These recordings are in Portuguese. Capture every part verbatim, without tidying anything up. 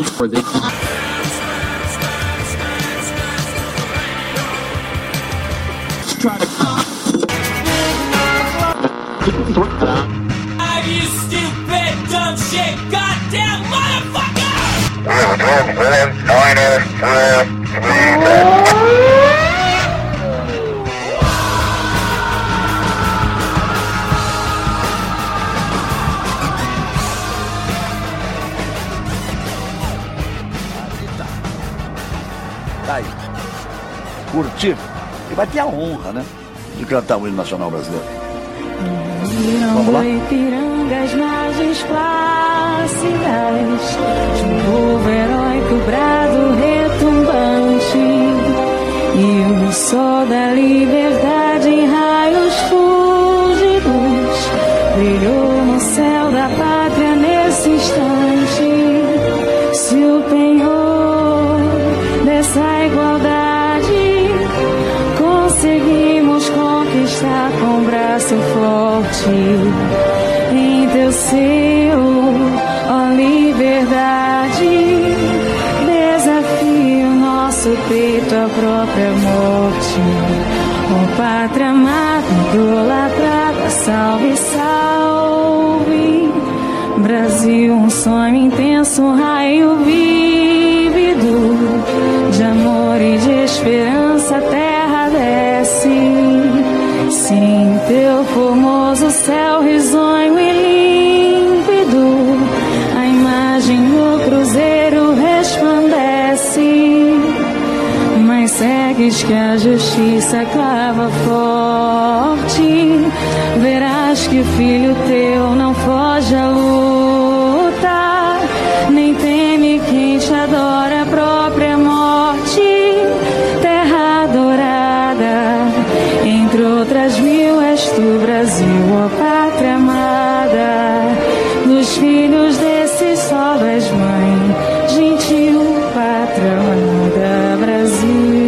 Are you stupid, dumb shit, goddamn motherfucker? Tá aí. Curtir. E vai ter a honra, né? De cantar o hino nacional brasileiro. Vamos lá? Ipirangas, margens plácidas, de um povo heróico, brado retumbante, e o sol da liberdade em raios fúlgidos brilhou no céu da pátria nesse instante. Se o penhor dessa igualdade conseguimos conquistar com braço forte, em teu seio, ó liberdade, desafio nosso peito à própria morte. Ó pátria amada, idolatrada, salve, salve, Brasil, um sonho intenso, um raio vívido de amor e de esperança, a terra desce. Sim, teu formoso céu risonho e límpido, a imagem do cruzeiro resplandece. Mas segues que a justiça clava forte, verás que o filho teu não foge à luta, nem teme quem te adora a própria morte. Terra adorada, entre outras mil és tu, Brasil, ó pátria amada, dos filhos desse sol és mãe, gentil pátria amada, Brasil.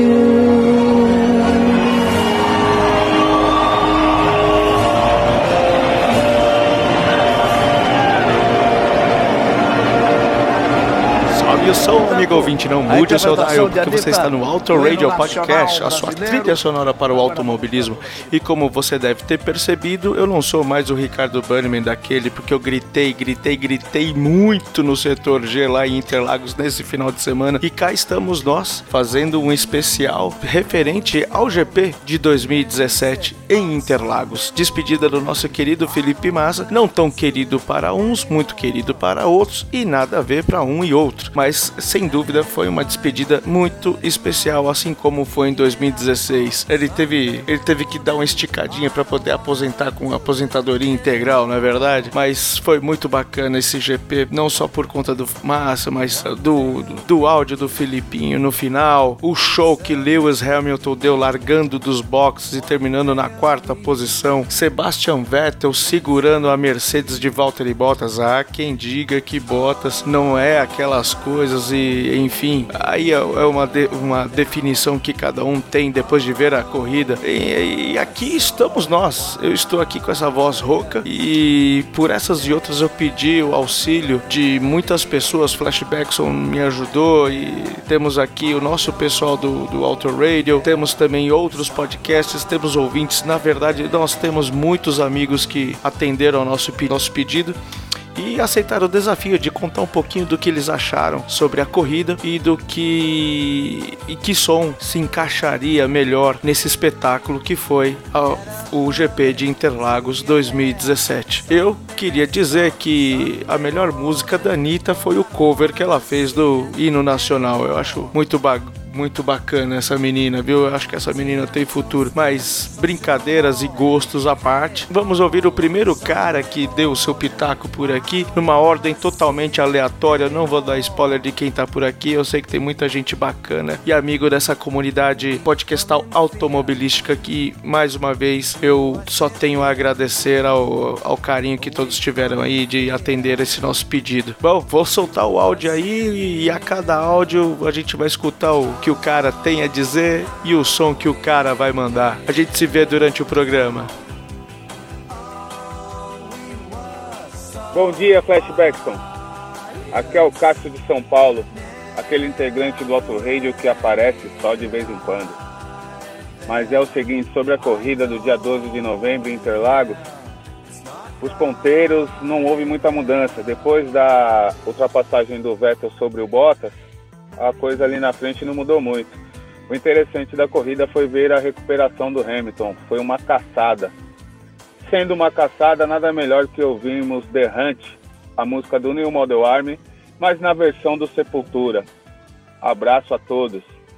E o som, amigo ouvinte, não mude o seu dial, porque você está no Auto Radio Podcast, a sua trilha sonora para o automobilismo. E como você deve ter percebido, eu não sou mais o Ricardo Bannerman daquele, porque eu gritei, gritei, gritei muito no setor G lá em Interlagos nesse final de semana. E cá estamos nós, fazendo um especial referente ao G P de dois mil e dezessete em Interlagos. Despedida do nosso querido Felipe Massa, não tão querido para uns, muito querido para outros, e nada a ver para um e outro. Mas sem dúvida foi uma despedida muito especial, assim como foi em dois mil e dezesseis. Ele teve, ele teve que dar uma esticadinha para poder aposentar com aposentadoria integral, não é verdade? Mas foi muito bacana esse G P, não só por conta do Massa, mas do, do, do áudio do Filipinho no final, o show que Lewis Hamilton deu largando dos boxes e terminando na quarta posição, Sebastian Vettel segurando a Mercedes de Valtteri Bottas. Há quem diga que Bottas não é aquelas coisas e enfim, aí é uma, de, uma definição que cada um tem depois de ver a corrida. E, e aqui estamos nós, eu estou aqui com essa voz rouca e por essas e outras eu pedi o auxílio de muitas pessoas. Flash Beckson me ajudou e temos aqui o nosso pessoal do, do Auto Radio, temos também outros podcasts, temos ouvintes. Na verdade, nós temos muitos amigos que atenderam ao nosso, nosso pedido e aceitaram o desafio de contar um pouquinho do que eles acharam sobre a corrida e do que e que som se encaixaria melhor nesse espetáculo que foi a, o G P de Interlagos dois mil e dezessete. Eu queria dizer que a melhor música da Anitta foi o cover que ela fez do hino nacional. Eu acho muito bacana. Muito bacana essa menina, viu? Eu acho que essa menina tem futuro. Mas brincadeiras e gostos à parte, vamos ouvir o primeiro cara que deu o seu pitaco por aqui, numa ordem totalmente aleatória. Não vou dar spoiler de quem tá por aqui. Eu sei que tem muita gente bacana e amigo dessa comunidade podcastal automobilística que, mais uma vez, eu só tenho a agradecer ao, ao carinho que todos tiveram aí de atender esse nosso pedido. Bom, vou soltar o áudio aí e a cada áudio a gente vai escutar o que o cara tem a dizer e o som que o cara vai mandar. A gente se vê durante o programa. Bom dia, Flash Beckson. Aqui é o Cássio de São Paulo, aquele integrante do Auto Radio que aparece só de vez em quando. Mas é o seguinte, sobre a corrida do dia doze de novembro em Interlagos, os ponteiros não houve muita mudança. Depois da ultrapassagem do Vettel sobre o Bottas, a coisa ali na frente não mudou muito. O interessante da corrida foi ver a recuperação do Hamilton, foi uma caçada. Sendo uma caçada, nada melhor que ouvirmos The Hunt, a música do New Model Army, mas na versão do Sepultura. Abraço a todos.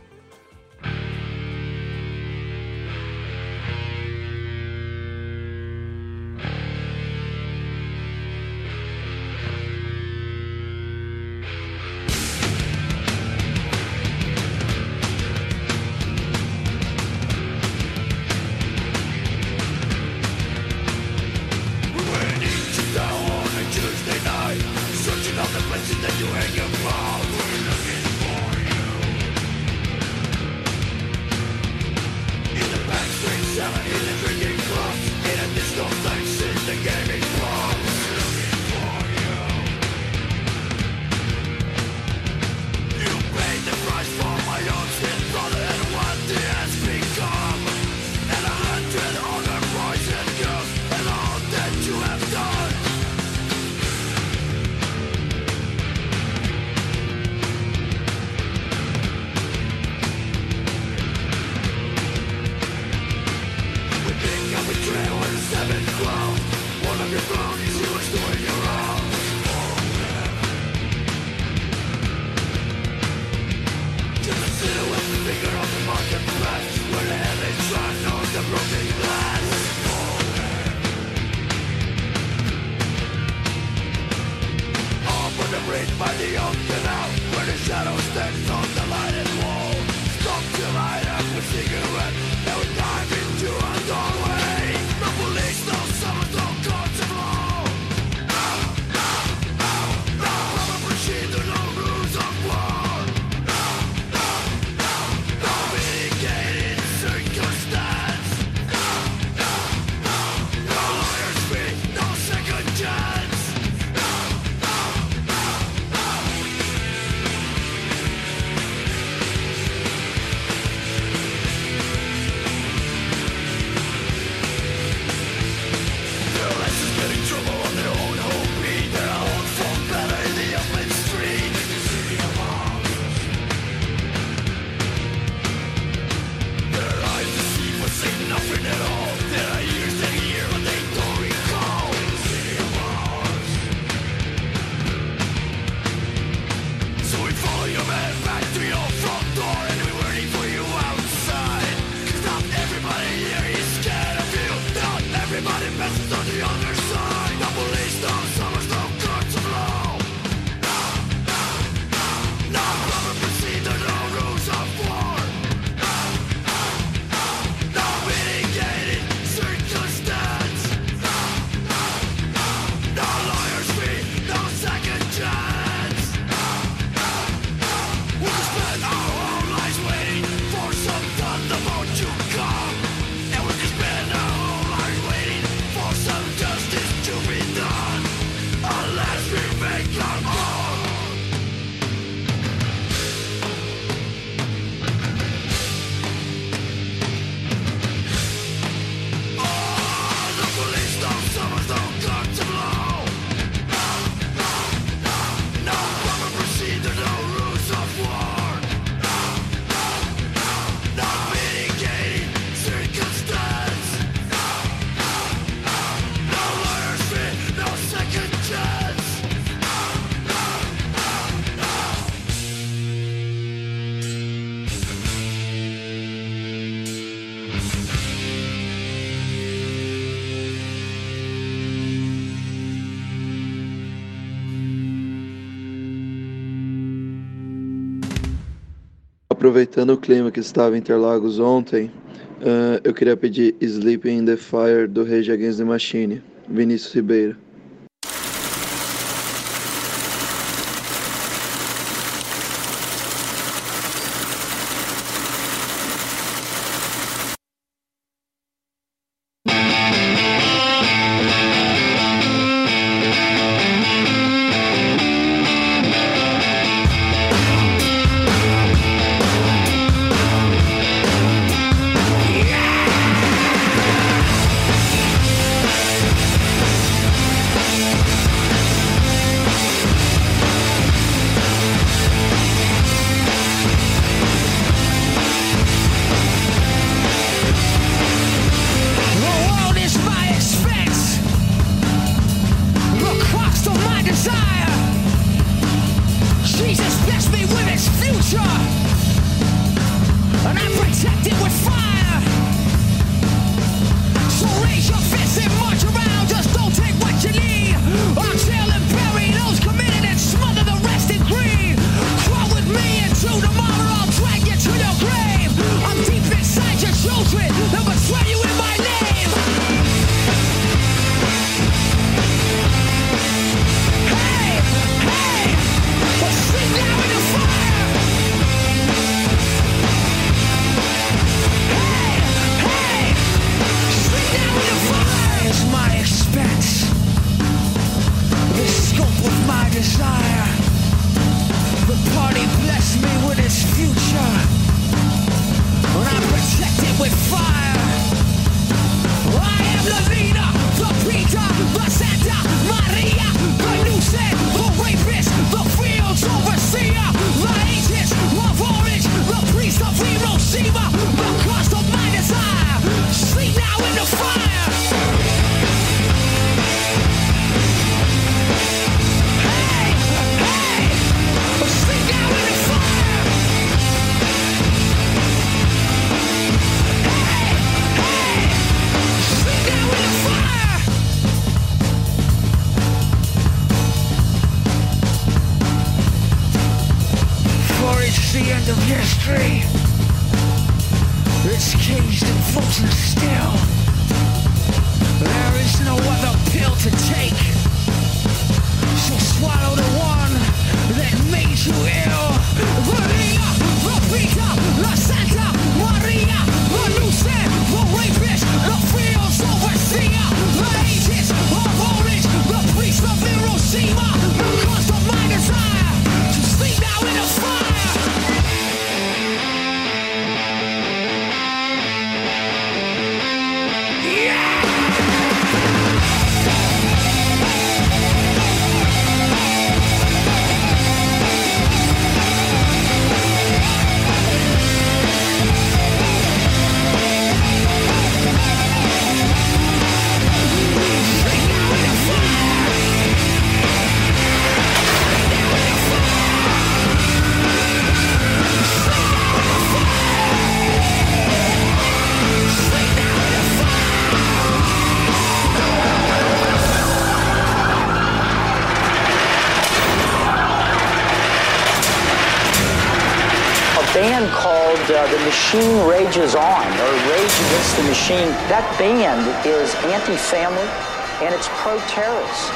Aproveitando o clima que estava em Interlagos ontem, uh, eu queria pedir Sleeping in the Fire do Rage Against the Machine, Vinícius Ribeiro. country. It's caged and frozen still. There is no other pill to take. So swallow the one that made you ill. Maria, Rafika, La Santa Maria, the Lucid, the rapist, the fields overseer, the agents of orange, the priest of Hiroshima, the cause of my desire to sleep now in the fire. Yeah! Band called uh, The Machine Rages On, or Rage Against the Machine. That band is anti-family and it's pro-terrorist.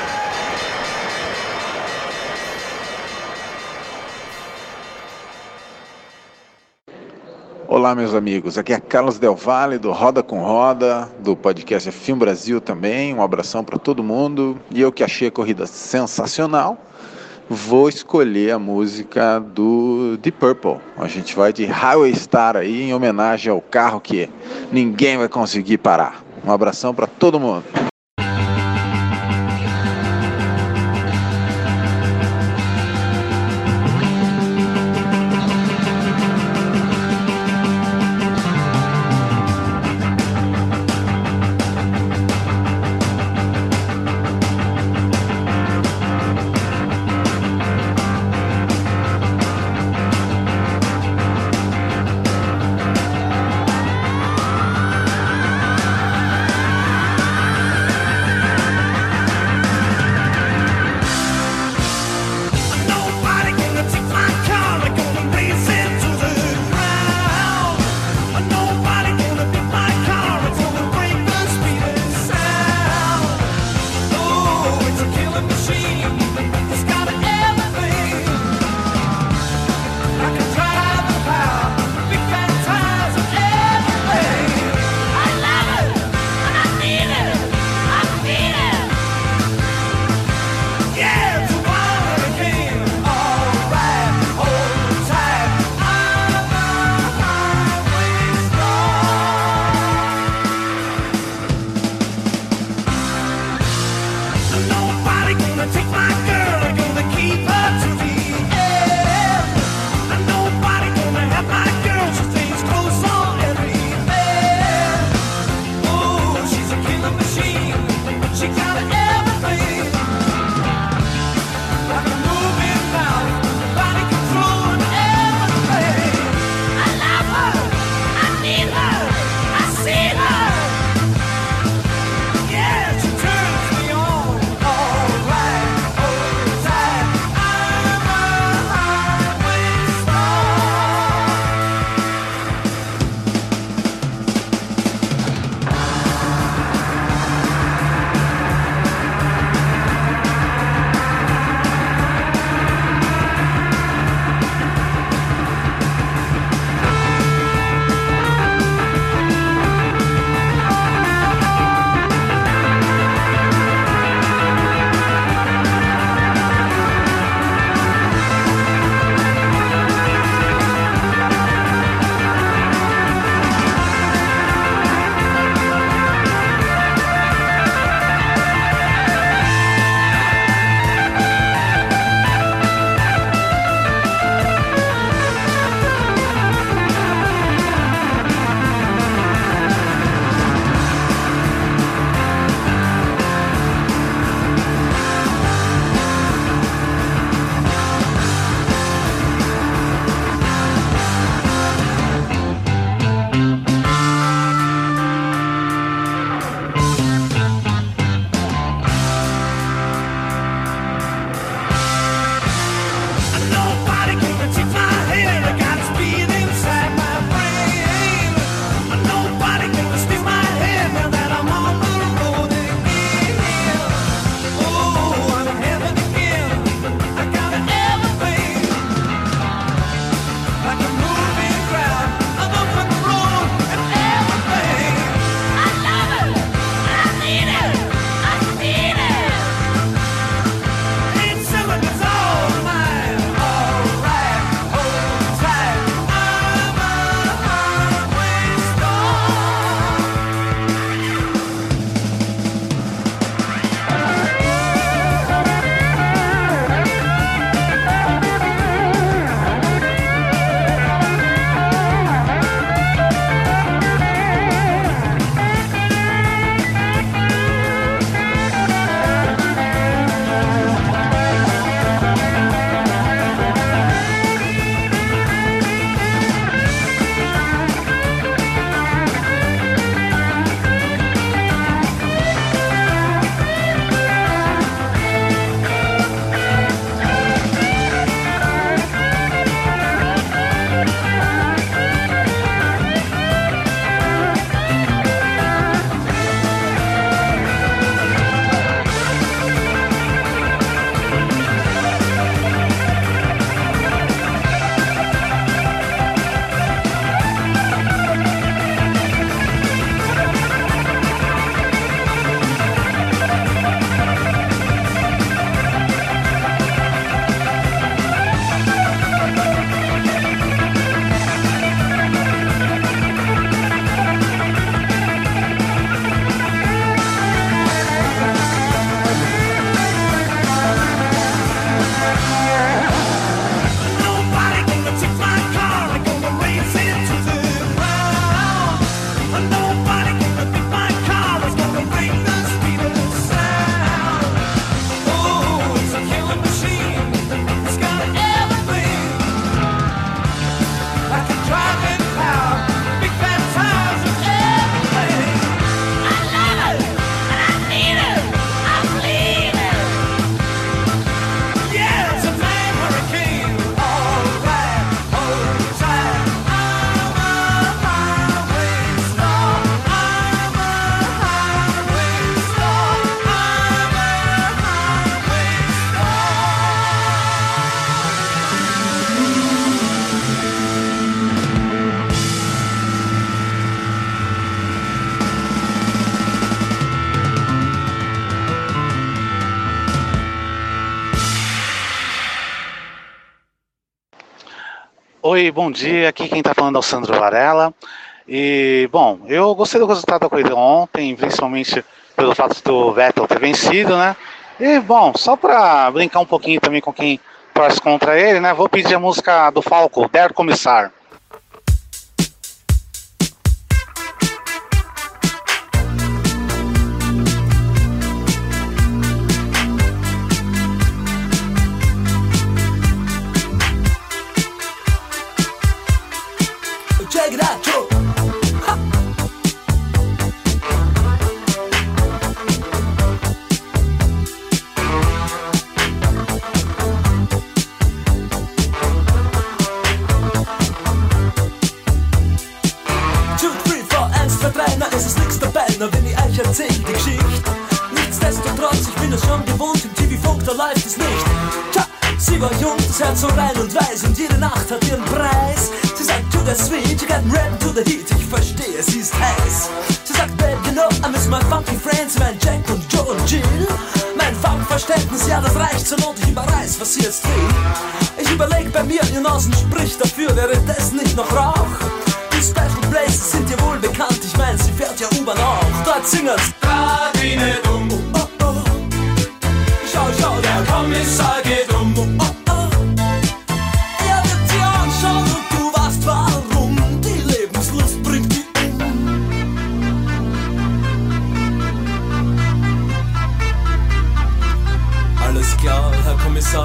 Olá, meus amigos, aqui é Carlos Del Valle do Roda com Roda, do podcast Film Brasil também. Um abração para todo mundo. E eu que achei a corrida sensacional, vou escolher a música do Deep Purple. A gente vai de Highway Star aí, em homenagem ao carro que ninguém vai conseguir parar. Um abração para todo mundo. Oi, bom dia, aqui quem tá falando é o Sandro Varela. E, bom, eu gostei do resultado da corrida ontem, principalmente pelo fato do Vettel ter vencido, né? E, bom, só pra brincar um pouquinho também com quem torce contra ele, né? Vou pedir a música do Falco, Der Commissar. Check it out, Joe. Ha. Two, three, four, eins, zwei, drei, na es ist nix dabei, na wenn ich euch erzähl die Geschichte. Nichtsdestotrotz, ich bin es schon gewohnt, im T V-Funk, da läuft es nicht. Tja, sie war jung, das Herz so rein und weiß und jede Nacht hat ihren Preis. Sie sagt, to the sweet, you got red to the heat, ich verstehe, sie ist heiß. Sie sagt, babe, you know, I miss my funky friends, mein Jack und Joe und Jill. Mein Funkverständnis, ja, das reicht zur Not, ich überreiß, was sie jetzt will. Ich überleg bei mir, ihr Nasen spricht dafür, wäre das nicht noch Rauch? Die Special Places sind dir wohl bekannt, ich mein, sie fährt ja U-Bahn auch. Dort singen's Radine dumm, oh, oh, oh. Schau, schau, der Kommissar geht um, oh, oh. Alles klar, Herr Kommissar.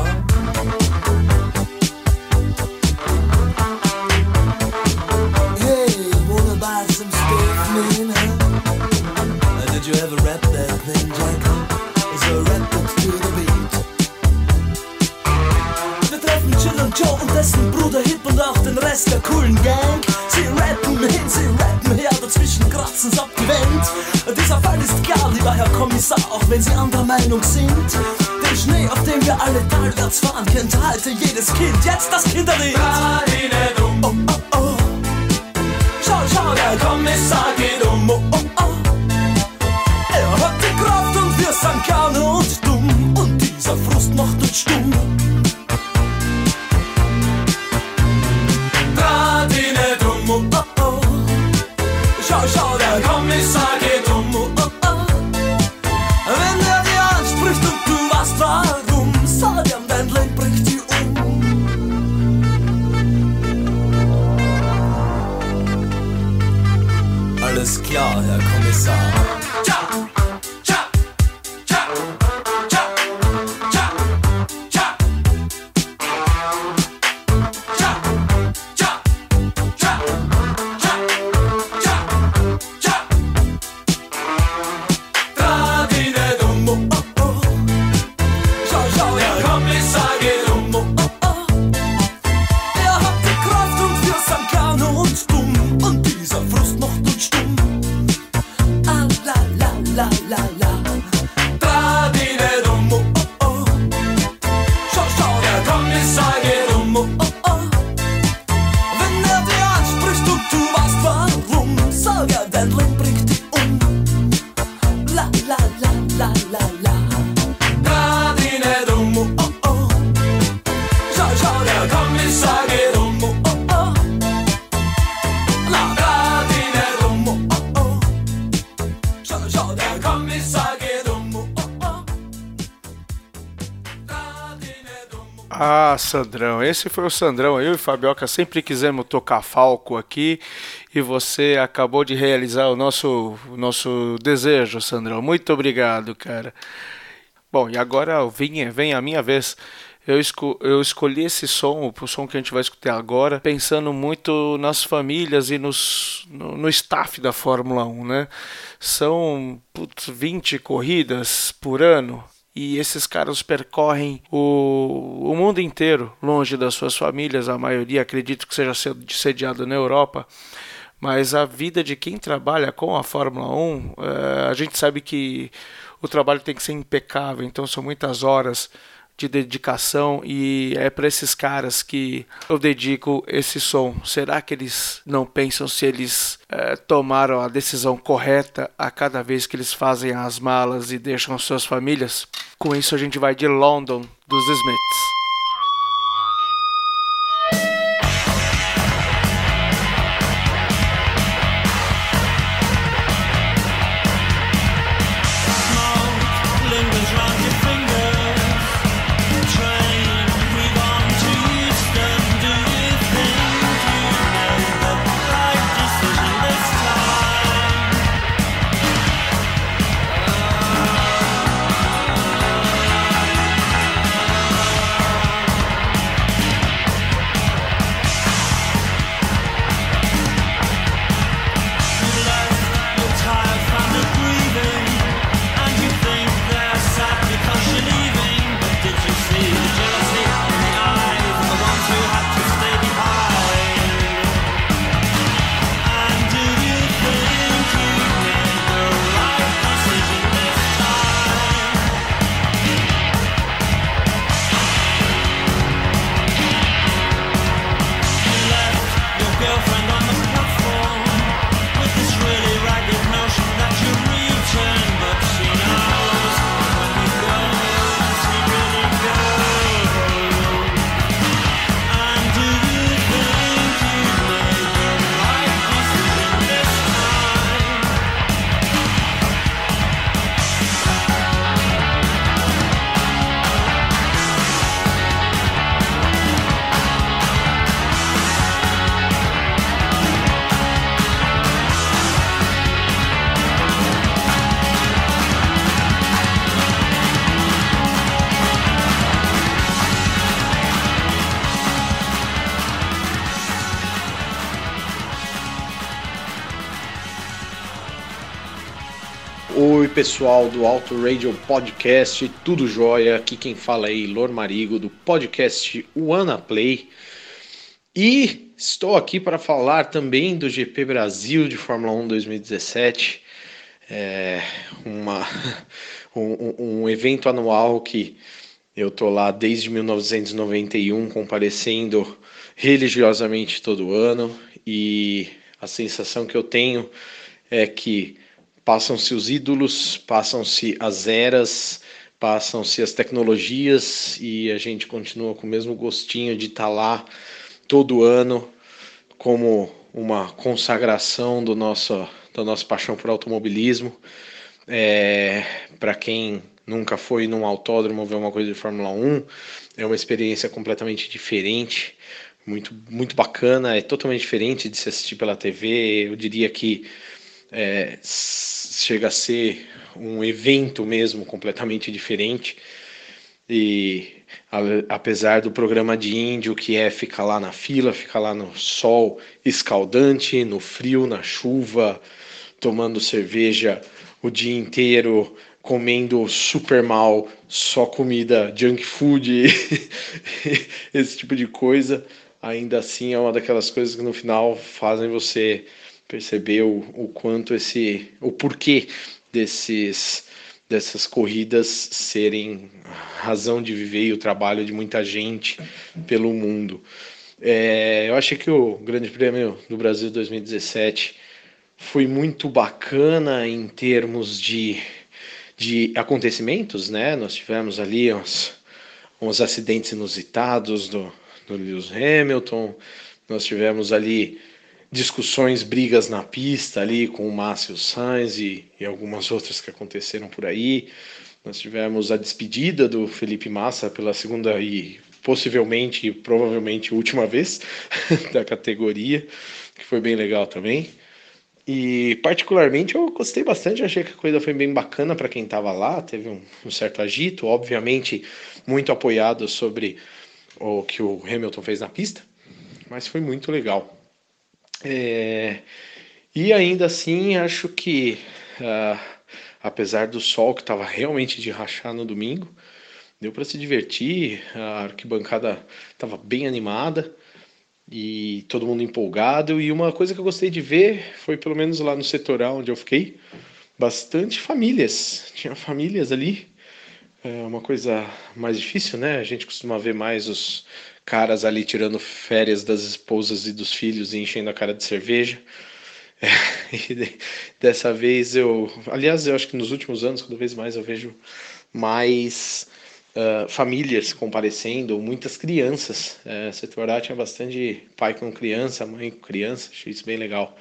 Hey, wanna buy some stuff, man, huh? Did you ever rap that thing, Jack? Is a rap it to the beat. Wir treffen Jill und Joe und dessen Bruder Hip und auch den Rest der coolen Gang. Sie rappen hin, sie rappen her, dazwischen kratzen's abgewendet. Dieser Fall ist klar, lieber Herr Kommissar, auch wenn Sie anderer Meinung sind. Den Schnee, auf dem wir alle talwärts fahren, kennt heute jedes Kind. Jetzt das Kinderlied. Radine dumm. Oh, oh, oh. Schau, schau, der Kommissar geht um. Oh, oh, oh. Er hat die Kraft und wir sind gerne und dumm. Und dieser Frust macht uns stumm. Radine dumm. Oh, oh, oh. Schau, schau, der Kommissar geht um. Oh, oh, oh. Wenn er dir anspricht und du weißt warum, sag ihm, dein Leben bringt dich um. Alles klar, Herr Kommissar. Tja, tja, tja, tja, tja, tja. Tja, tja, tja, tja, tja, tja. Radine dumm, oh, oh, oh. Schau, schau, der Kommissar geht um, oh, oh, oh. Er hat die Kraft und wir sind gerne und dumm. Und dieser Frust macht uns stumm. Ah, la, la, la, la, la. Radine dumm, oh, oh, oh. Schau, schau, der Kommissar geht um, oh, oh, oh. Wenn er dir anspricht und du weißt warum, sag er, dein Leben bringt dich um. La, la, la, la, la, la. Radine dumm, oh, oh, oh. Schau, schau, der Kommissar geht um, oh, oh, oh. La, Radine dumm, oh, oh, oh. Schau, schau, der Kommissar geht um, oh, oh, oh. Radine dumm. Ah, Sandrão, esse foi o Sandrão. Eu e Fabioca sempre quisemos tocar Falco aqui e você acabou de realizar o nosso, o nosso desejo, Sandrão. Muito obrigado, cara. Bom, e agora vem, vem a minha vez. Eu, esco, eu escolhi esse som, o som que a gente vai escutar agora, pensando muito nas famílias e nos, no, no staff da Fórmula um, né? São putz, vinte corridas por ano. E esses caras percorrem o, o mundo inteiro, longe das suas famílias. A maioria acredito que seja sediada na Europa. Mas a vida de quem trabalha com a Fórmula um, é, a gente sabe que o trabalho tem que ser impecável. Então são muitas horas de dedicação e é para esses caras que eu dedico esse som. Será que eles não pensam se eles é, tomaram a decisão correta a cada vez que eles fazem as malas e deixam suas famílias? Com isso a gente vai de London, dos Smiths. pessoal do Auto Radio Podcast, tudo jóia? Aqui quem fala é Ilor Marigo do podcast Wanna Play. E estou aqui para falar também do G P Brasil de Fórmula um dois mil e dezessete. É uma, um, um evento anual que eu tô lá desde mil novecentos e noventa e um comparecendo religiosamente todo ano, e a sensação que eu tenho é que passam-se os ídolos, passam-se as eras, passam-se as tecnologias e a gente continua com o mesmo gostinho de estar lá todo ano como uma consagração do nosso, da nossa paixão por automobilismo. É, para quem nunca foi num autódromo ver uma coisa de Fórmula um, é uma experiência completamente diferente, muito, muito bacana, é totalmente diferente de se assistir pela T V. Eu diria que é, chega a ser um evento mesmo completamente diferente. E a, apesar do programa de índio, que é ficar lá na fila, ficar lá no sol escaldante, no frio, na chuva, tomando cerveja o dia inteiro, comendo super mal, só comida junk food, esse tipo de coisa, ainda assim é uma daquelas coisas que no final fazem você perceber o, o quanto esse, o porquê desses, dessas corridas serem razão de viver e o trabalho de muita gente pelo mundo. É, eu achei que o Grande Prêmio do Brasil dois mil e dezessete foi muito bacana em termos de, de acontecimentos, né? Nós tivemos ali uns, uns acidentes inusitados do, do Lewis Hamilton, nós tivemos ali discussões, brigas na pista ali com o Massa e o Sainz e, e algumas outras que aconteceram por aí. Nós tivemos a despedida do Felipe Massa pela segunda e possivelmente e provavelmente última vez da categoria, que foi bem legal também. E particularmente eu gostei bastante, achei que a corrida foi bem bacana para quem estava lá, teve um, um certo agito, obviamente muito apoiado sobre o que o Hamilton fez na pista, mas foi muito legal. É, e ainda assim acho que uh, apesar do sol que estava realmente de rachar no domingo, deu para se divertir, a arquibancada estava bem animada e todo mundo empolgado. E uma coisa que eu gostei de ver foi, pelo menos lá no setorial onde eu fiquei, bastante famílias, tinha famílias ali. É uma coisa mais difícil, né? A gente costuma ver mais os caras ali tirando férias das esposas e dos filhos e enchendo a cara de cerveja. É, e dessa vez eu... Aliás, eu acho que nos últimos anos, cada vez mais eu vejo mais uh, famílias comparecendo, muitas crianças. É, setor A tinha bastante pai com criança, mãe com criança, achei isso bem legal.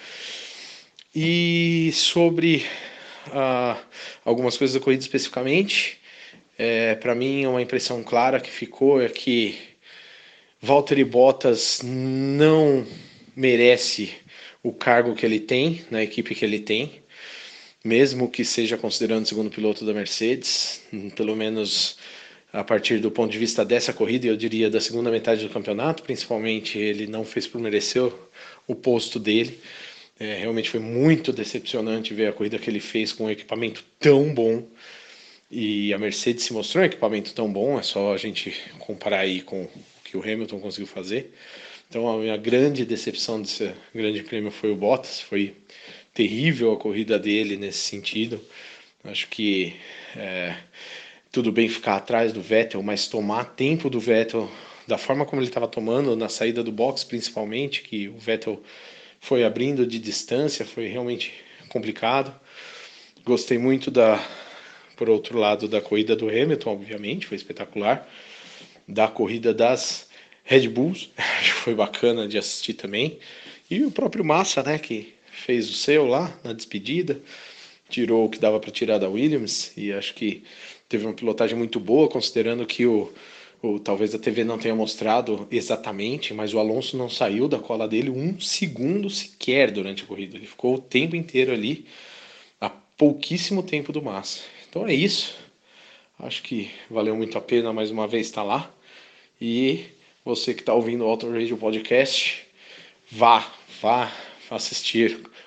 E sobre uh, algumas coisas da corrida especificamente, é, para mim uma impressão clara que ficou é que Valtteri Bottas não merece o cargo que ele tem, na equipe que ele tem, mesmo que seja considerando o segundo piloto da Mercedes, pelo menos a partir do ponto de vista dessa corrida, eu diria da segunda metade do campeonato, principalmente ele não fez por merecer o, o posto dele. É, realmente foi muito decepcionante ver a corrida que ele fez com um equipamento tão bom, e a Mercedes se mostrou um equipamento tão bom, é só a gente comparar aí com que o Hamilton conseguiu fazer. Então a minha grande decepção desse grande prêmio foi o Bottas, foi terrível a corrida dele nesse sentido. Acho que é, tudo bem ficar atrás do Vettel, mas tomar tempo do Vettel da forma como ele estava tomando, na saída do box principalmente, que o Vettel foi abrindo de distância, foi realmente complicado. Gostei muito da, por outro lado, da corrida do Hamilton, obviamente, foi espetacular. Da corrida das Red Bulls, acho que foi bacana de assistir também. E o próprio Massa, né, que fez o seu lá na despedida, tirou o que dava para tirar da Williams, e acho que teve uma pilotagem muito boa, considerando que o, o talvez a T V não tenha mostrado exatamente, mas o Alonso não saiu da cola dele um segundo sequer durante a corrida. Ele ficou o tempo inteiro ali, a pouquíssimo tempo do Massa. Então é isso. Acho que valeu muito a pena mais uma vez estar lá. E você que está ouvindo o Auto Radio Podcast, vá, vá assistir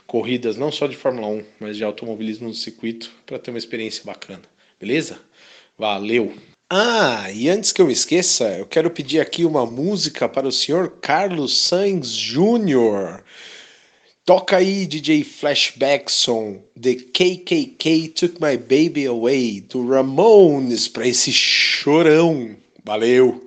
corridas não só de Fórmula um, mas de automobilismo no circuito, para ter uma experiência bacana. Beleza? Valeu! Ah, e antes que eu me esqueça, eu quero pedir aqui uma música para o senhor Carlos Sainz Júnior Toca aí, D J Flashbackson, The K K K Took My Baby Away, do Ramones, para esse chorão. Valeu!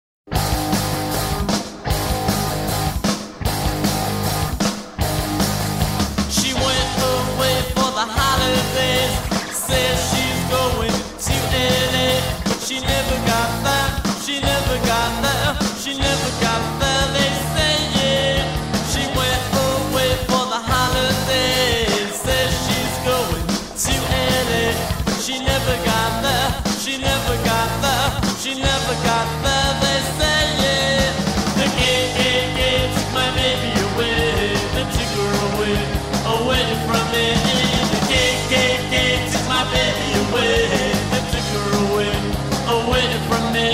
She went away for the holidays, says she's going to L A, but she never got there, she never got there, she never got there, they say, yeah. She went away for the holidays, says she's going to L A, but she never got there, she never got there, she never got there, they say, yeah. The K K K took my baby away, they took her away, away from me. The K K K took my baby away, they took her away, away from me.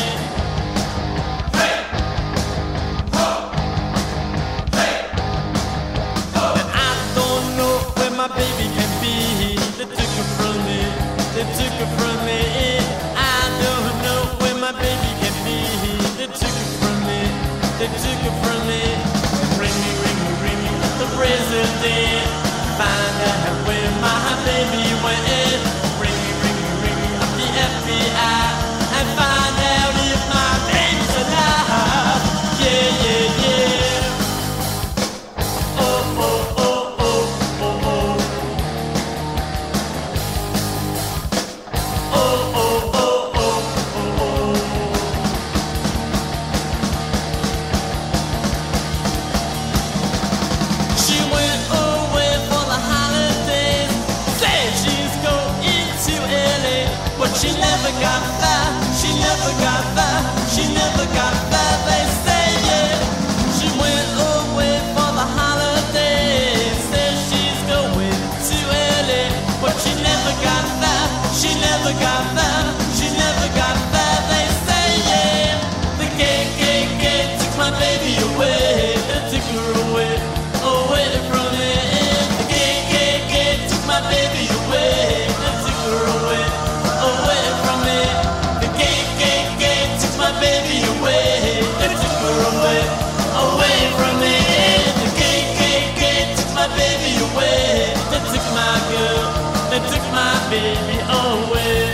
Hey! Ho! Hey! Ho! And I don't know where my baby can be, they took her from me, they took her from me. I don't know where my baby can be, they took her from me, they took her from me. Ring me, ring me, ring me, the president, find out where my baby went. Ring me, ring me, ring me, up the F B I, and find out if my baby's alive. Yeah, yeah, yeah. Oh, oh, oh, oh, oh, oh. Oh, oh, oh, oh, oh, oh. She went away for the holidays, said she's going to L A, but she never got there, she never got there, she never got there, they say, yeah. She went away for the holidays, said she's going to L A, but she never got there, she never got there, she never got there, they say, yeah. The K K K took my baby away, they took her away, away from me. The K K K took my baby away, they took her away, away from me. The K K K took my baby away, they took her away, away from me. The K K K took my baby away, they took my girl, they took my baby away.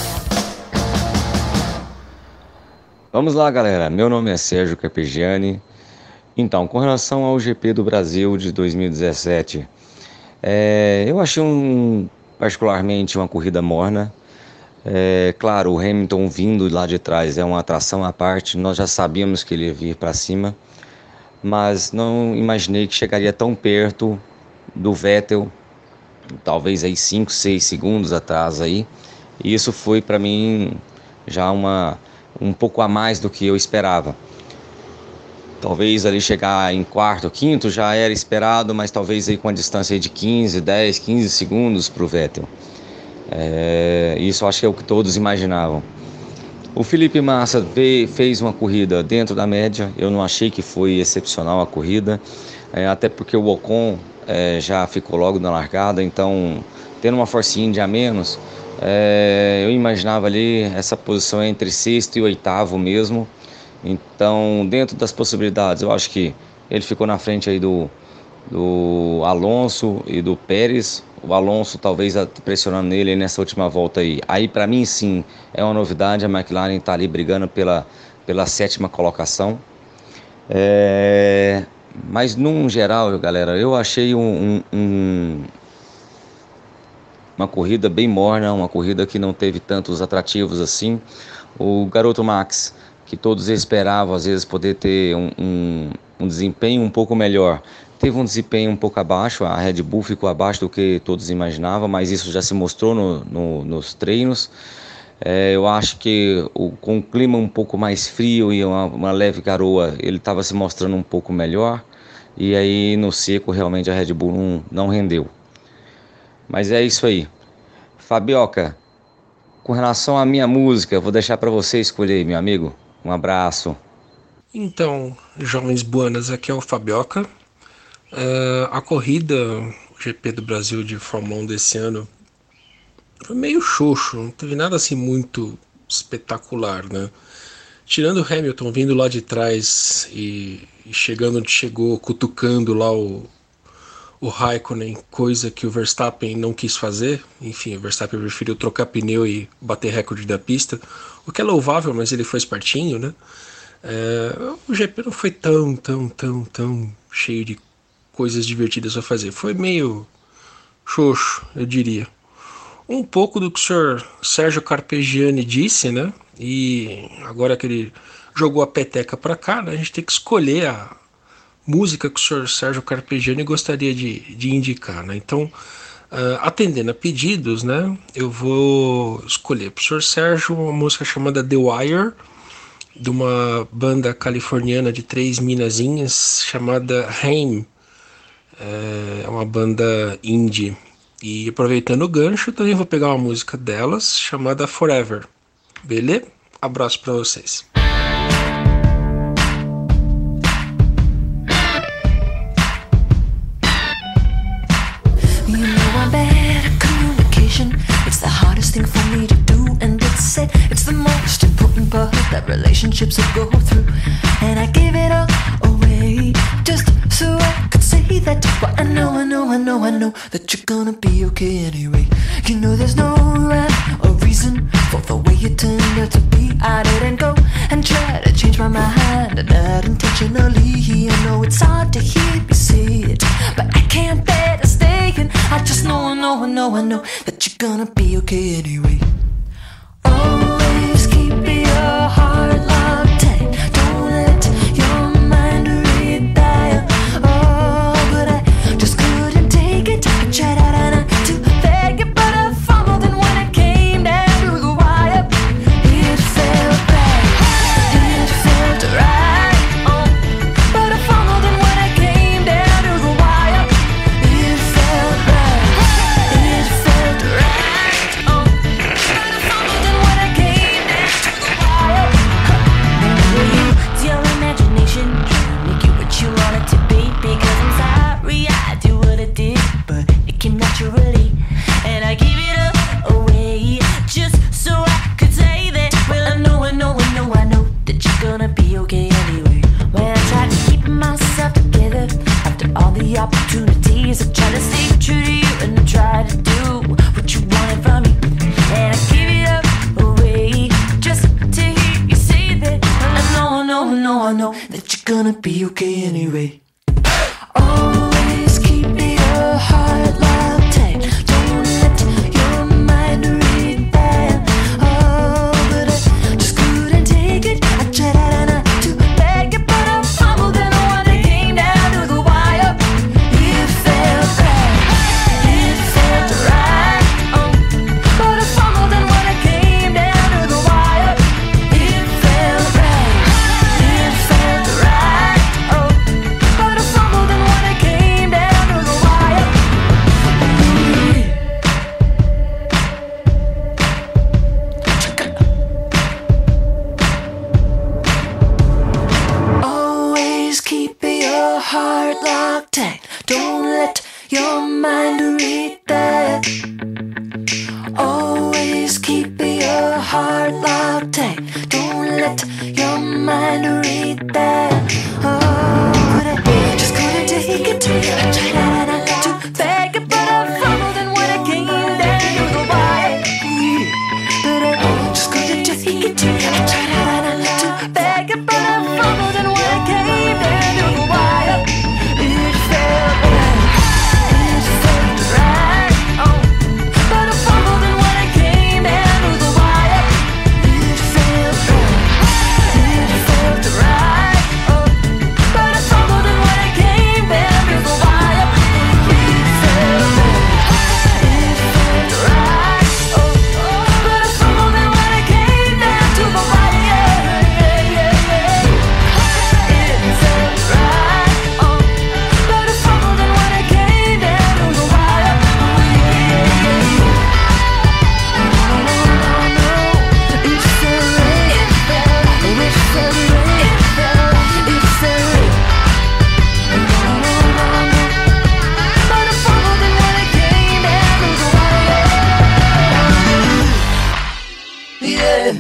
Vamos lá, galera. Meu nome é Sérgio Carpegiani. Então, com relação ao G P do Brasil de dois mil e dezessete, é, eu achei um, particularmente uma corrida morna. É, claro, o Hamilton vindo lá de trás é uma atração à parte. Nós já sabíamos que ele ia vir para cima, mas não imaginei que chegaria tão perto do Vettel, talvez aí cinco, seis segundos atrás aí. E isso foi para mim já uma um pouco a mais do que eu esperava. Talvez ali chegar em quarto, quinto já era esperado, mas talvez aí com a distância aí de quinze, dez, quinze segundos para o Vettel. É, isso acho que é o que todos imaginavam. O Felipe Massa veio, fez uma corrida dentro da média. Eu não achei que foi excepcional a corrida, é, até porque o Ocon é, já ficou logo na largada, então tendo uma Force India a menos, é, eu imaginava ali essa posição entre sexto e oitavo mesmo. Então, dentro das possibilidades, eu acho que ele ficou na frente aí do, do Alonso e do Pérez. O Alonso talvez pressionando nele nessa última volta aí. Aí, para mim, sim, é uma novidade. A McLaren está ali brigando pela, pela sétima colocação. É, mas, num geral, galera, eu achei um, um, um, uma corrida bem morna, uma corrida que não teve tantos atrativos assim. O garoto Max, que todos esperavam às vezes poder ter um, um, um desempenho um pouco melhor, teve um desempenho um pouco abaixo. A Red Bull ficou abaixo do que todos imaginavam, mas isso já se mostrou no, no, nos treinos. É, eu acho que o, com o clima um pouco mais frio e uma, uma leve garoa, ele estava se mostrando um pouco melhor, e aí no seco realmente a Red Bull não, não rendeu. Mas é isso aí. Fabioca, com relação à minha música, eu vou deixar para você escolher, meu amigo. Um abraço. Então, jovens buanas, aqui é o Fabioca. Uh, a corrida, o G P do Brasil de Fórmula um desse ano, foi meio xoxo, não teve nada assim muito espetacular, né? Tirando o Hamilton vindo lá de trás e, e chegando onde chegou, cutucando lá o, o Raikkonen, coisa que o Verstappen não quis fazer. Enfim, o Verstappen preferiu trocar pneu e bater recorde da pista, o que é louvável, mas ele foi espertinho, né? É, o G P não foi tão, tão, tão, tão cheio de coisas divertidas a fazer. Foi meio xoxo, eu diria. Um pouco do que o senhor Sérgio Carpegiani disse, né? E agora que ele jogou a peteca para cá, né, a gente tem que escolher a música que o senhor Sérgio Carpegiani gostaria de, de indicar, né? Então, uh, atendendo a pedidos, né, eu vou escolher para o senhor Sérgio uma música chamada The Wire, de uma banda californiana de três minazinhas chamada Haim. É uma banda indie. E aproveitando o gancho, também vou pegar uma música delas chamada Forever. Beleza? Abraço pra vocês. You know I'm bad at communication. It's the hardest thing for me to do, and it's said it's the most important part that relationships will go through. And I give it all away just so I could say that. But I know, I know, I know, I know that you're gonna be okay anyway. You know there's no rhyme or reason for the way you turned out to be. I didn't go and try to change my mind, not intentionally. I know it's hard to hear me say it, but I can't bear to stay in. I just know, I know, I know, I know that you're gonna be okay anyway. Always keep your heart locked tight. Don't let your mind retire. Oh, but I just couldn't take it. I tried out and I to beg it, but I fumbled, and when it came down to the wire, it felt right. It felt right. Oh, but I fumbled, and when it came down to the wire, it felt right. It felt right. Oh, but I fumbled, and when it came down to the wire. It's your imagination trying to make you what you want it to be. Because I'm sorry I do what I did, but it came naturally, and I gave it up away just so I could say that. Well, I know, I know, I know, I know that you're gonna be okay anyway. When I tried to keep myself together after all the opportunities, I tried to stay true to you, and I tried to do what you wanted from me, and I gave it up away just to hear you say that. Well, I know, I know, I know, I know that you're gonna be okay anyway. Always keep your heart locked tight. Don't let your mind retire. Oh, but I just couldn't take it. I tried out and I to beg it, but I fumbled, and when it came down to the wire, it felt right. It felt right. Oh, but I fumbled, and when it came down to the wire, it felt right. It felt right. Oh, but I fumbled, and when it came down to the wire. Always keep your heart locked tight. Don't let your mind retire. Always keep your heart locked tight. Don't let your mind retire. Oh, but I just couldn't take it. I tried out and I to beg it, but I fumbled, and when it came down to the wire, but I just couldn't take it. I tried out and I to beg it, but I fumbled, and when it came down to the wire, it felt right. It felt right. Oh, but I fumbled, and when it came down to the wire, it felt right. It felt right. yeah.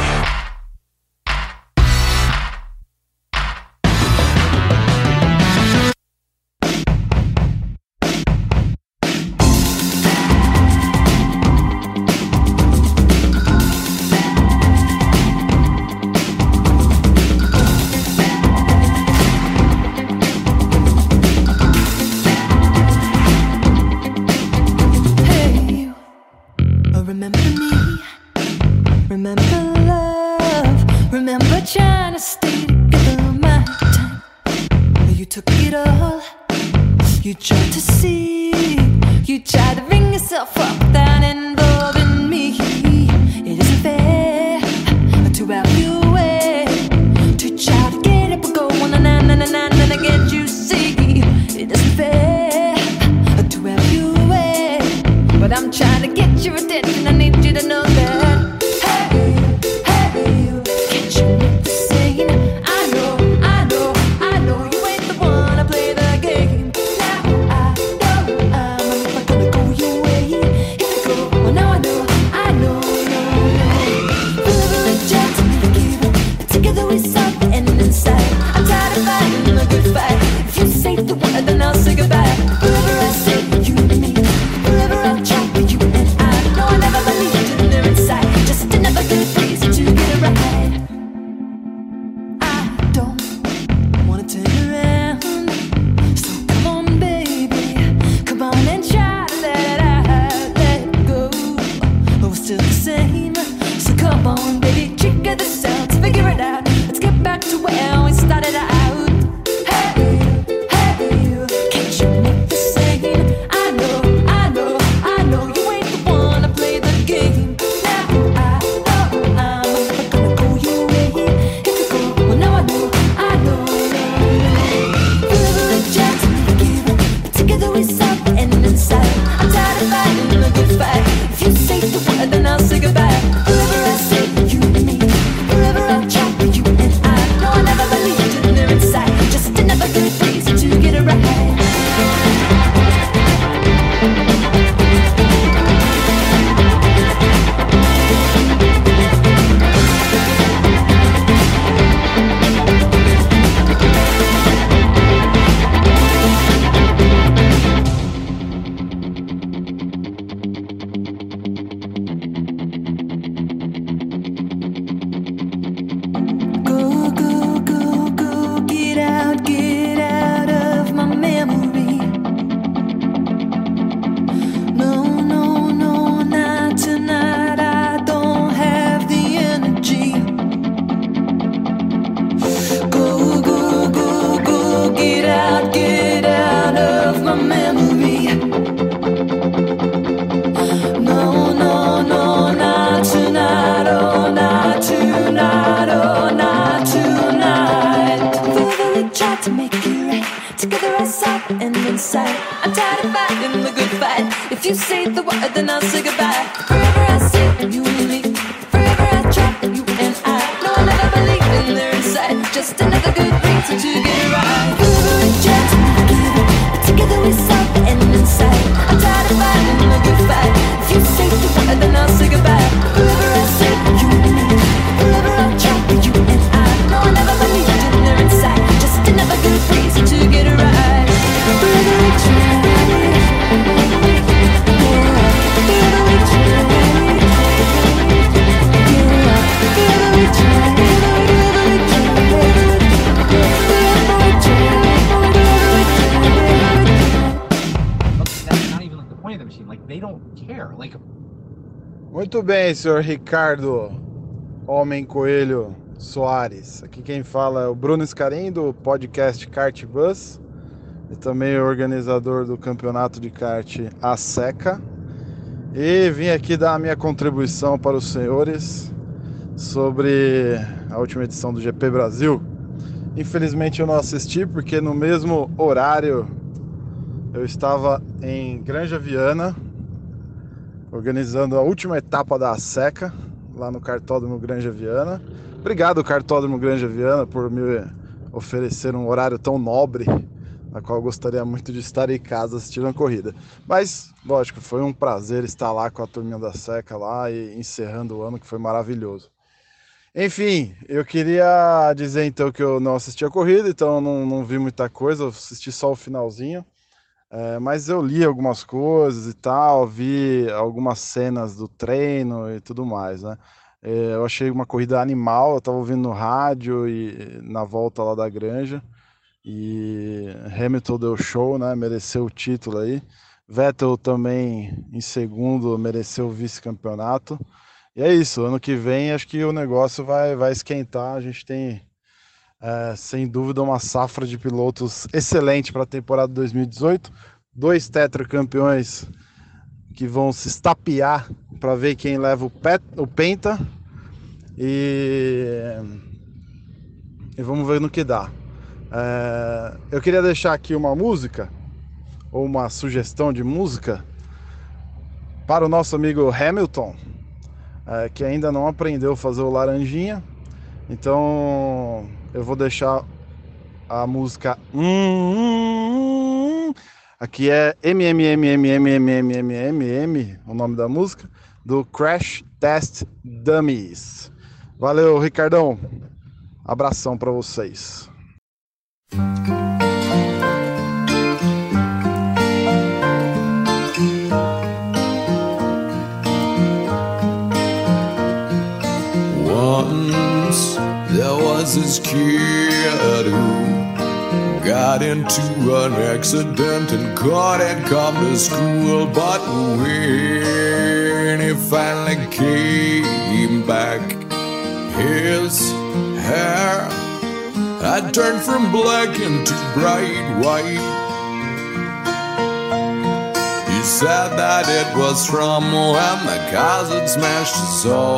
Muito bem, senhor Ricardo Homem Coelho Soares. Aqui quem fala é o Bruno Scarim, do podcast Kart Bus, e também organizador do campeonato de kart A Seca. E vim aqui dar a minha contribuição para os senhores sobre a última edição do G P Brasil. Infelizmente eu não assisti, porque no mesmo horário eu estava em Granja Viana, organizando a última etapa da Seca, lá no Kartódromo Granja Viana. Obrigado, Kartódromo Granja Viana, por me oferecer um horário tão nobre na qual eu gostaria muito de estar em casa assistindo a corrida. Mas, lógico, foi um prazer estar lá com a turminha da Seca lá e encerrando o ano, que foi maravilhoso. Enfim, eu queria dizer então que eu não assisti a corrida, então eu não, não vi muita coisa, eu assisti só o finalzinho. É, mas eu li algumas coisas e tal, vi algumas cenas do treino e tudo mais, né? É, eu achei uma corrida animal, eu tava ouvindo no rádio e na volta lá da granja. E Hamilton deu show, né? Mereceu o título aí. Vettel também em segundo, mereceu o vice-campeonato. E é isso, ano que vem acho que o negócio vai, vai esquentar. A gente tem, é, sem dúvida, uma safra de pilotos excelente para a temporada dois mil e dezoito. Dois tetracampeões que vão se estapear para ver quem leva o, pet, o Penta. E, e vamos ver no que dá. É, eu queria deixar aqui uma música, ou uma sugestão de música, para o nosso amigo Hamilton, é, que ainda não aprendeu a fazer o Laranjinha. Então eu vou deixar a música hum, hum, aqui é M M M M M M M M M M, o nome da música, do Crash Test Dummies. Valeu, Ricardão. Abração para vocês. Once there was this kid who got into an accident and couldn't come to school. But when he finally came back, his hair had turned from black into bright white. He said that it was from when the cars had smashed so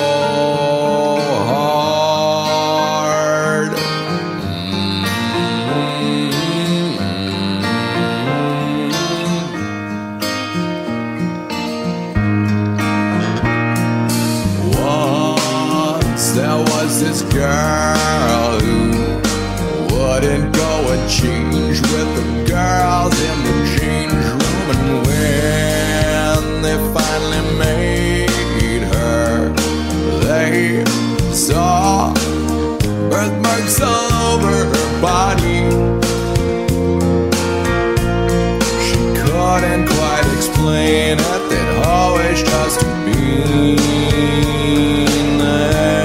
hard. Once there was this girl who wouldn't go and change with the girls in the change room, and when they finally made her, they saw birthmarks all over her body. She couldn't quite explain it, they'd always just been there.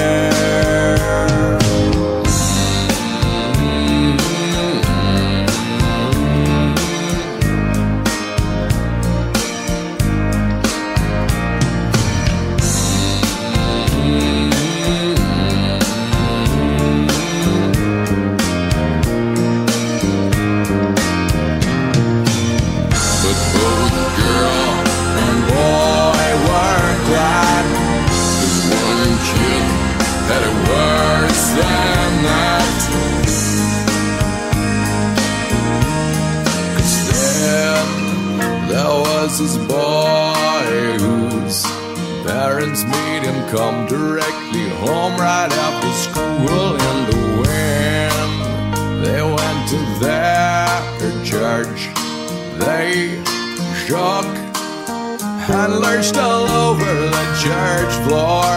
This boy whose parents made him come directly home right after school. And when they went to their church, they shook and lurched all over the church floor.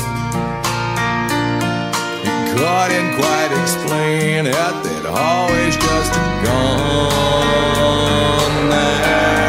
He couldn't quite explain it, they'd always just gone there.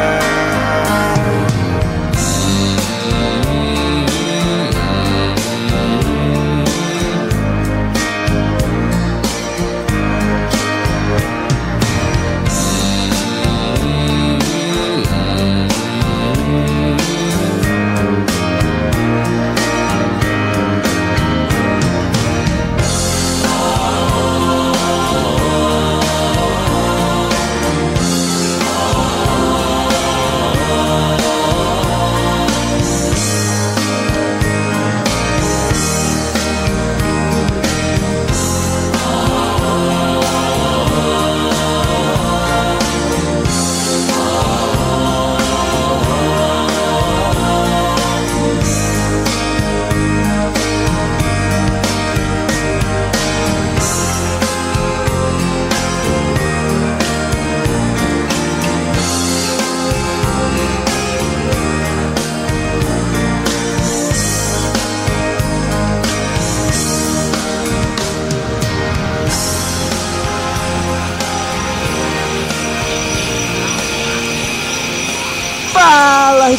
Oh,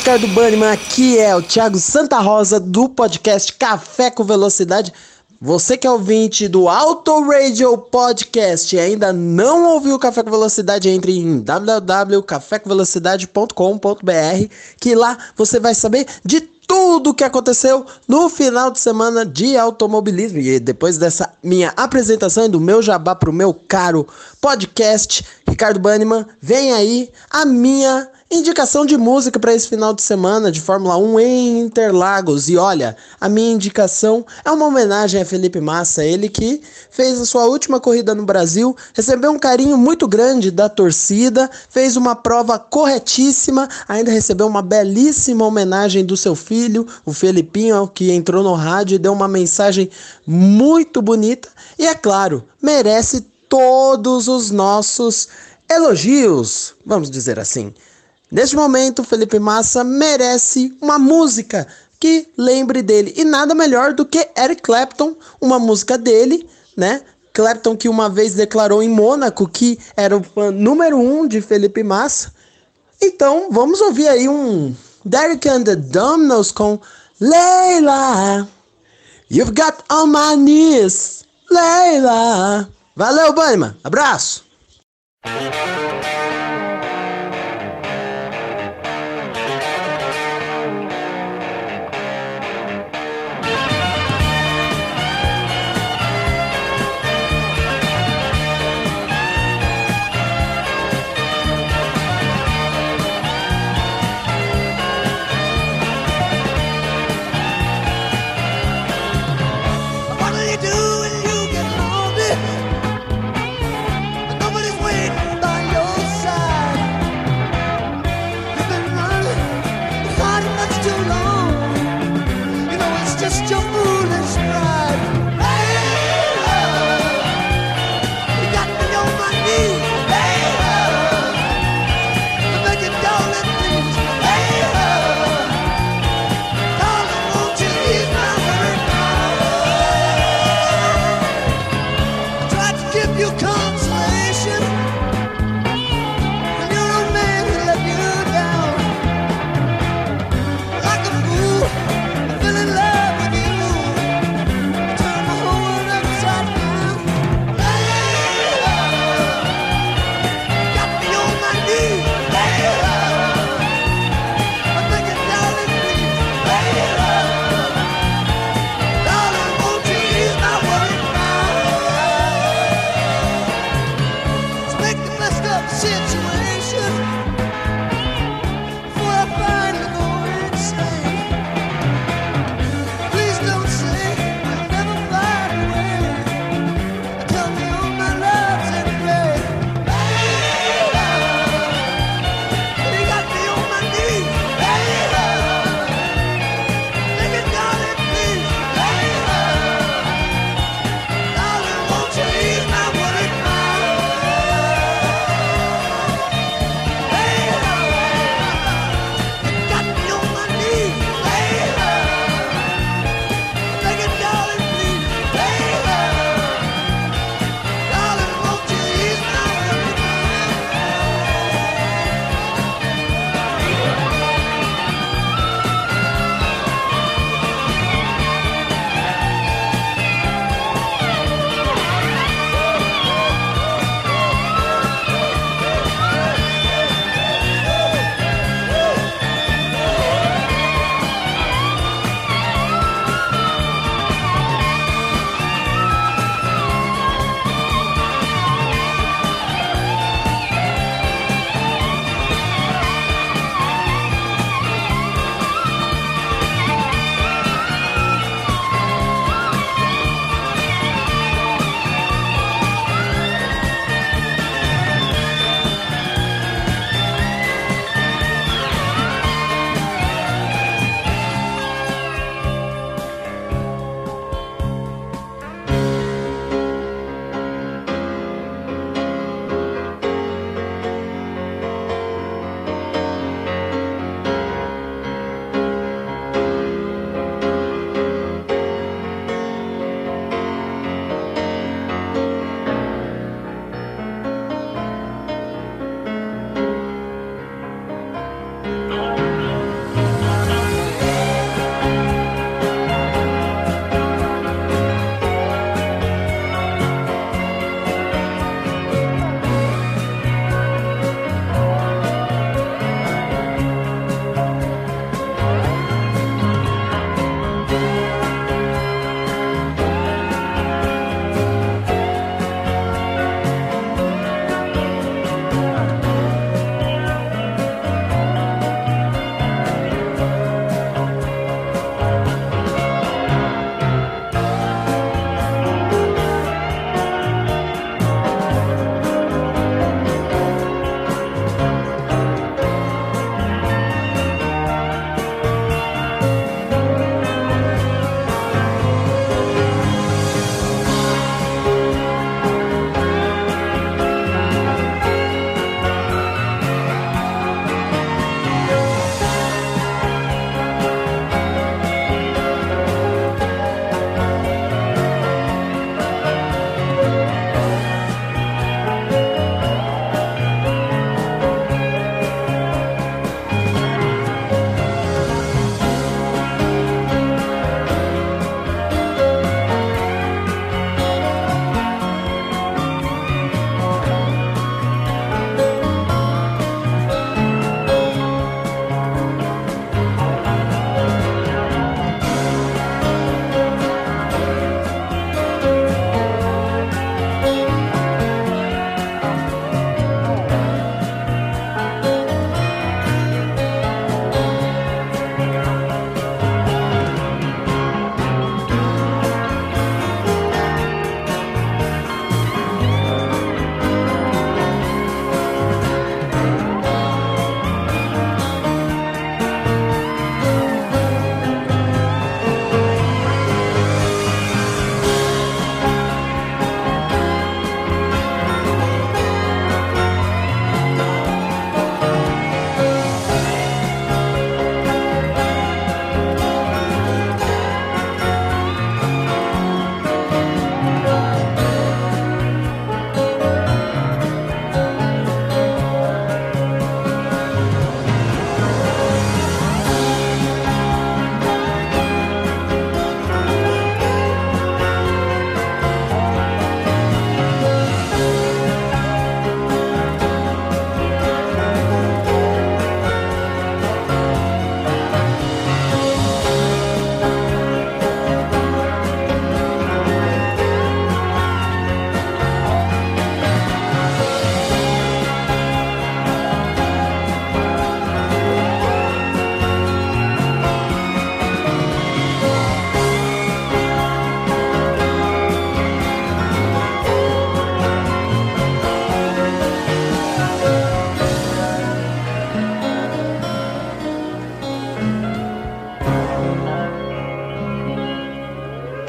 Ricardo Banniman, aqui é o Thiago Santa Rosa do podcast Café com Velocidade. Você que é ouvinte do Auto Radio Podcast e ainda não ouviu o Café com Velocidade, entre em w w w ponto café com velocidade ponto com ponto b r, que lá você vai saber de tudo o que aconteceu no final de semana de automobilismo. E depois dessa minha apresentação e do meu jabá pro meu caro podcast Ricardo Banniman, vem aí a minha indicação de música para esse final de semana de Fórmula um em Interlagos. E olha, a minha indicação é uma homenagem a Felipe Massa, ele que fez a sua última corrida no Brasil, recebeu um carinho muito grande da torcida, fez uma prova corretíssima, ainda recebeu uma belíssima homenagem do seu filho, o Felipinho, que entrou no rádio e deu uma mensagem muito bonita. E é claro, merece todos os nossos elogios, vamos dizer assim. Neste momento, Felipe Massa merece uma música que lembre dele. E nada melhor do que Eric Clapton, uma música dele, né? Clapton que uma vez declarou em Mônaco que era o fã número um de Felipe Massa. Então, vamos ouvir aí um Derek and the Dominos com Leila. You've got on my knees, Leila. Valeu, Banniman. Abraço. Nobody's waiting by your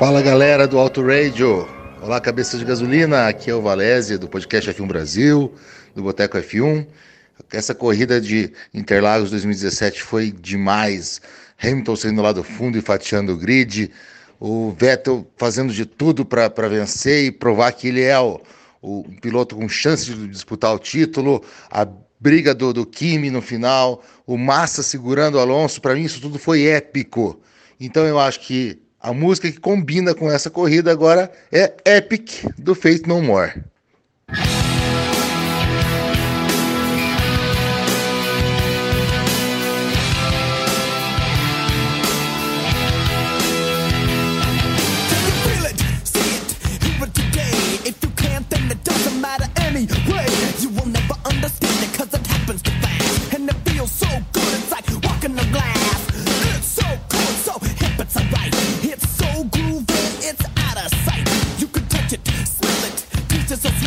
Fala galera do Auto Radio, olá cabeça de gasolina, aqui é o Valese do podcast F um Brasil, do Boteco F um. Essa corrida de Interlagos dois mil e dezessete foi demais, Hamilton saindo lá do fundo e fatiando o grid, o Vettel fazendo de tudo para vencer e provar que ele é o, o piloto com chance de disputar o título, a briga do, do Kimi no final, o Massa segurando o Alonso, para mim isso tudo foi épico. Então eu acho que a música que combina com essa corrida agora é Epic, do Faith No More. It's so groovy, it's out of sight. You can touch it, smell it, pieces of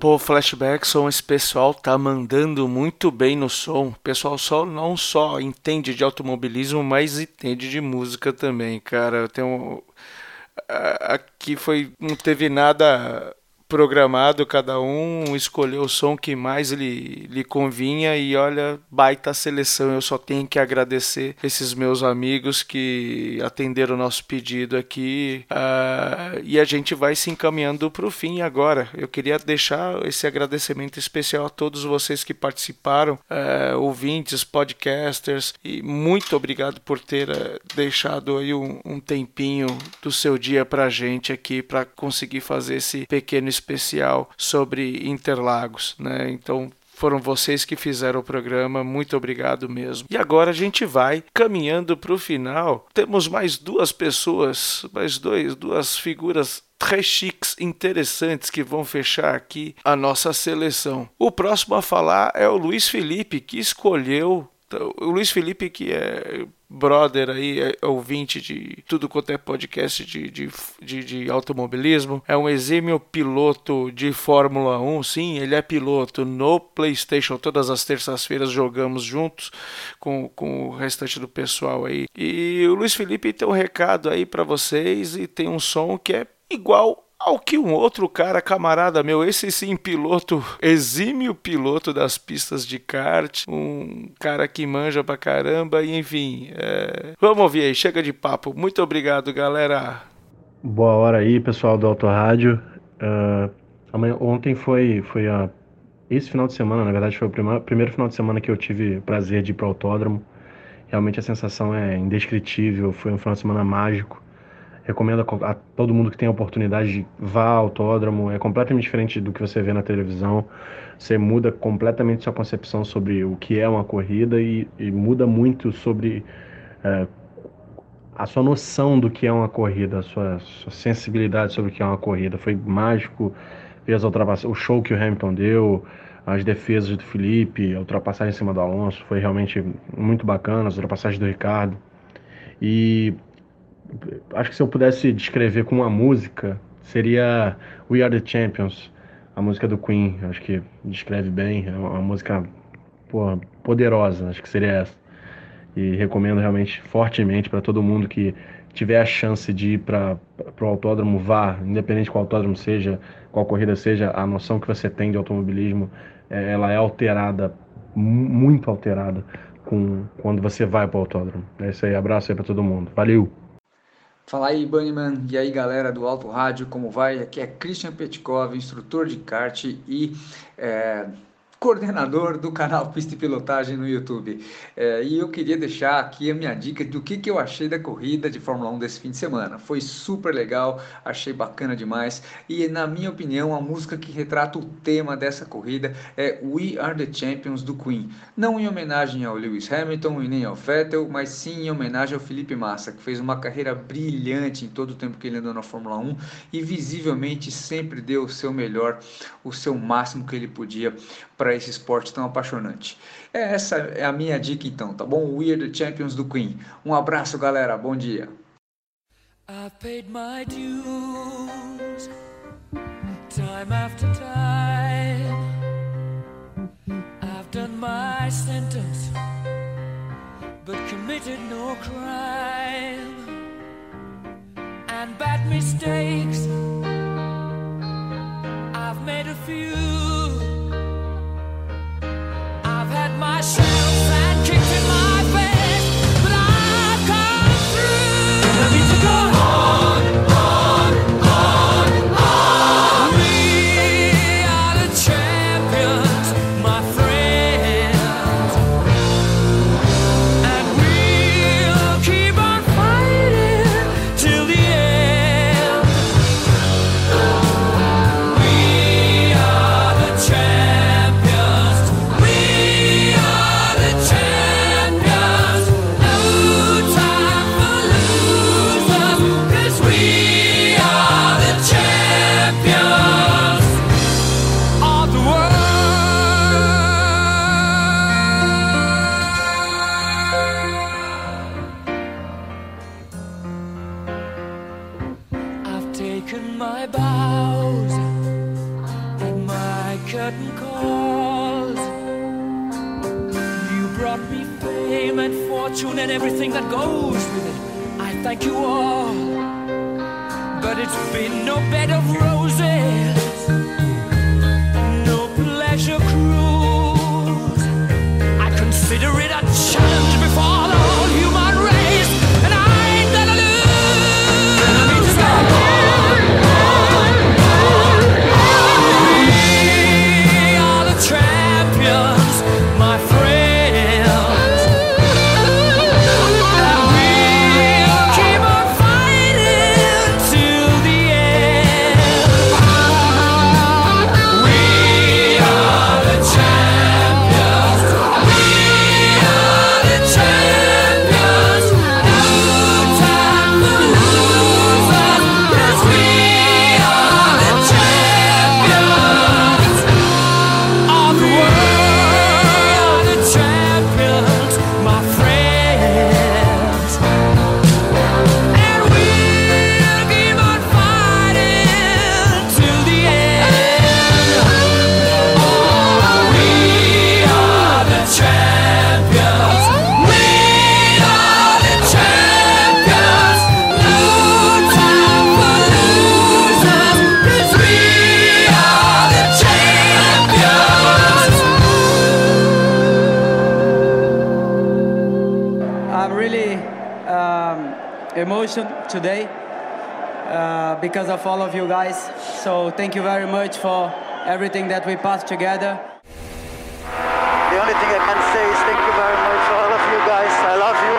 Pô, Flashback, som esse pessoal tá mandando muito bem no som. O pessoal só, não só entende de automobilismo, mas entende de música também, cara. Eu tenho... Aqui foi... não teve nada programado, cada um escolheu o som que mais lhe, lhe convinha e olha, baita seleção. Eu só tenho que agradecer esses meus amigos que atenderam o nosso pedido aqui, uh, e a gente vai se encaminhando para o fim agora. Eu queria deixar esse agradecimento especial a todos vocês que participaram, uh, ouvintes, podcasters, e muito obrigado por ter uh, deixado aí um, um tempinho do seu dia para a gente aqui, para conseguir fazer esse pequeno especial sobre Interlagos, né? Então foram vocês que fizeram o programa, muito obrigado mesmo. E agora a gente vai caminhando para o final. Temos mais duas pessoas, mais dois, duas figuras très chiques, interessantes, que vão fechar aqui a nossa seleção. O próximo a falar é o Luiz Felipe, que escolheu... O Luiz Felipe, que é brother aí, é ouvinte de tudo quanto é podcast de, de, de, de automobilismo, é um exímio piloto de Fórmula um, sim, ele é piloto no PlayStation, todas as terças-feiras jogamos juntos com, com o restante do pessoal aí. E o Luiz Felipe tem um recado aí para vocês e tem um som que é igual ao que um outro cara, camarada meu, esse sim, piloto, exímio piloto das pistas de kart, um cara que manja pra caramba, e enfim, é... vamos ouvir aí, chega de papo. Muito obrigado, galera. Boa hora aí, pessoal do Autorádio. Uh, amanhã, ontem foi, foi a... Esse final de semana, na verdade, foi o primeiro, primeiro final de semana que eu tive prazer de ir pro autódromo. Realmente a sensação é indescritível, foi um final de semana mágico. Recomendo a, a todo mundo que tem a oportunidade de vá ao autódromo. É completamente diferente do que você vê na televisão. Você muda completamente sua concepção sobre o que é uma corrida e, e muda muito sobre é, a sua noção do que é uma corrida, a sua, sua sensibilidade sobre o que é uma corrida. Foi mágico ver as ultrapassagens, o show que o Hamilton deu, as defesas do Felipe, a ultrapassagem em cima do Alonso. Foi realmente muito bacana, as ultrapassagens do Ricardo. E... acho que se eu pudesse descrever com uma música, seria We Are The Champions, a música do Queen. Acho que descreve bem, é uma música porra, poderosa, acho que seria essa. E recomendo realmente fortemente para todo mundo que tiver a chance de ir para o autódromo, vá, independente qual autódromo seja, qual corrida seja, a noção que você tem de automobilismo, é, ela é alterada, muito alterada, com, quando você vai para o autódromo. É isso aí, abraço aí para todo mundo. Valeu! Fala aí, Bunnyman, e aí galera do Auto Rádio, como vai? Aqui é Christian Petkov, instrutor de kart e é, coordenador do canal Pista e Pilotagem no YouTube. É, e eu queria deixar aqui a minha dica do que, que eu achei da corrida de Fórmula um desse fim de semana. Foi super legal, achei bacana demais e, na minha opinião, a música que retrata o tema dessa corrida é We Are The Champions do Queen. Não em homenagem ao Lewis Hamilton e nem ao Vettel, mas sim em homenagem ao Felipe Massa, que fez uma carreira brilhante em todo o tempo que ele andou na Fórmula um e visivelmente sempre deu o seu melhor, o seu máximo que ele podia para esse esporte tão apaixonante. Essa é a minha dica então, tá bom? We Are The Champions do Queen. Um abraço, galera, bom dia. I paid my dues time after time. I've done my sentence but committed no crime. And bad mistakes I've made a few. I've had my shells and kicked in my face, but I've come through. I need to go on, on, on, on. We are the champions, my friends, and we'll keep on fighting till the end. We are the champions. We are the champions. No time for losers, 'cause we are the champions of the world. I've taken my bows and my curtain calls. You brought me fame and fortune and everything that goes with it. I thank you all, but it's been no bed of roses, no pleasure cruise. I consider it a challenge before the whole human race, and I ain't gonna lose. And I mean to go. We are the champions, my friends, and we'll keep on fighting till the end. We are the champions. We are the champions. No time for losers, 'cause we are the champions of the world, the champions, my friends. And we'll keep on fighting till the end. Oh, we are the champions. We are the champions. No time for losers, 'cause we are the champions. I'm really um, emotional today uh, because of all of you guys. So thank you very much for everything that we passed together. The only thing I can say is thank you very much for all of you guys. I love you.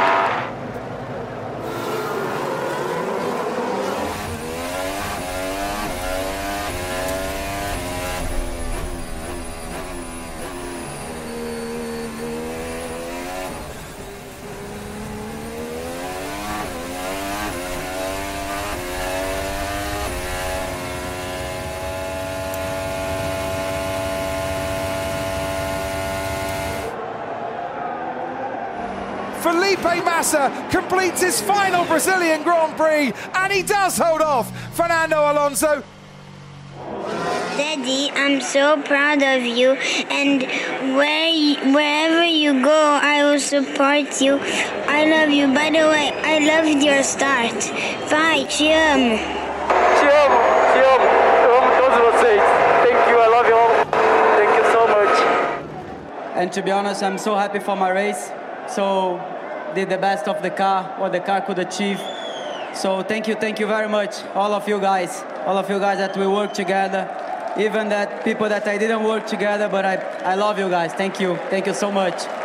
Felipe Massa completes his final Brazilian Grand Prix, and he does hold off Fernando Alonso. Daddy, I'm so proud of you, and where y- wherever you go, I will support you. I love you. By the way, I loved your start. Vai, te amo. Te amo, te amo. Eu amo todos vocês. Thank you, I love you all. Thank you so much. And to be honest, I'm so happy for my race. So did the best of the car, what the car could achieve. So thank you, thank you very much, all of you guys, all of you guys that we work together, even that people that I didn't work together, but I, I love you guys. Thank you, thank you so much.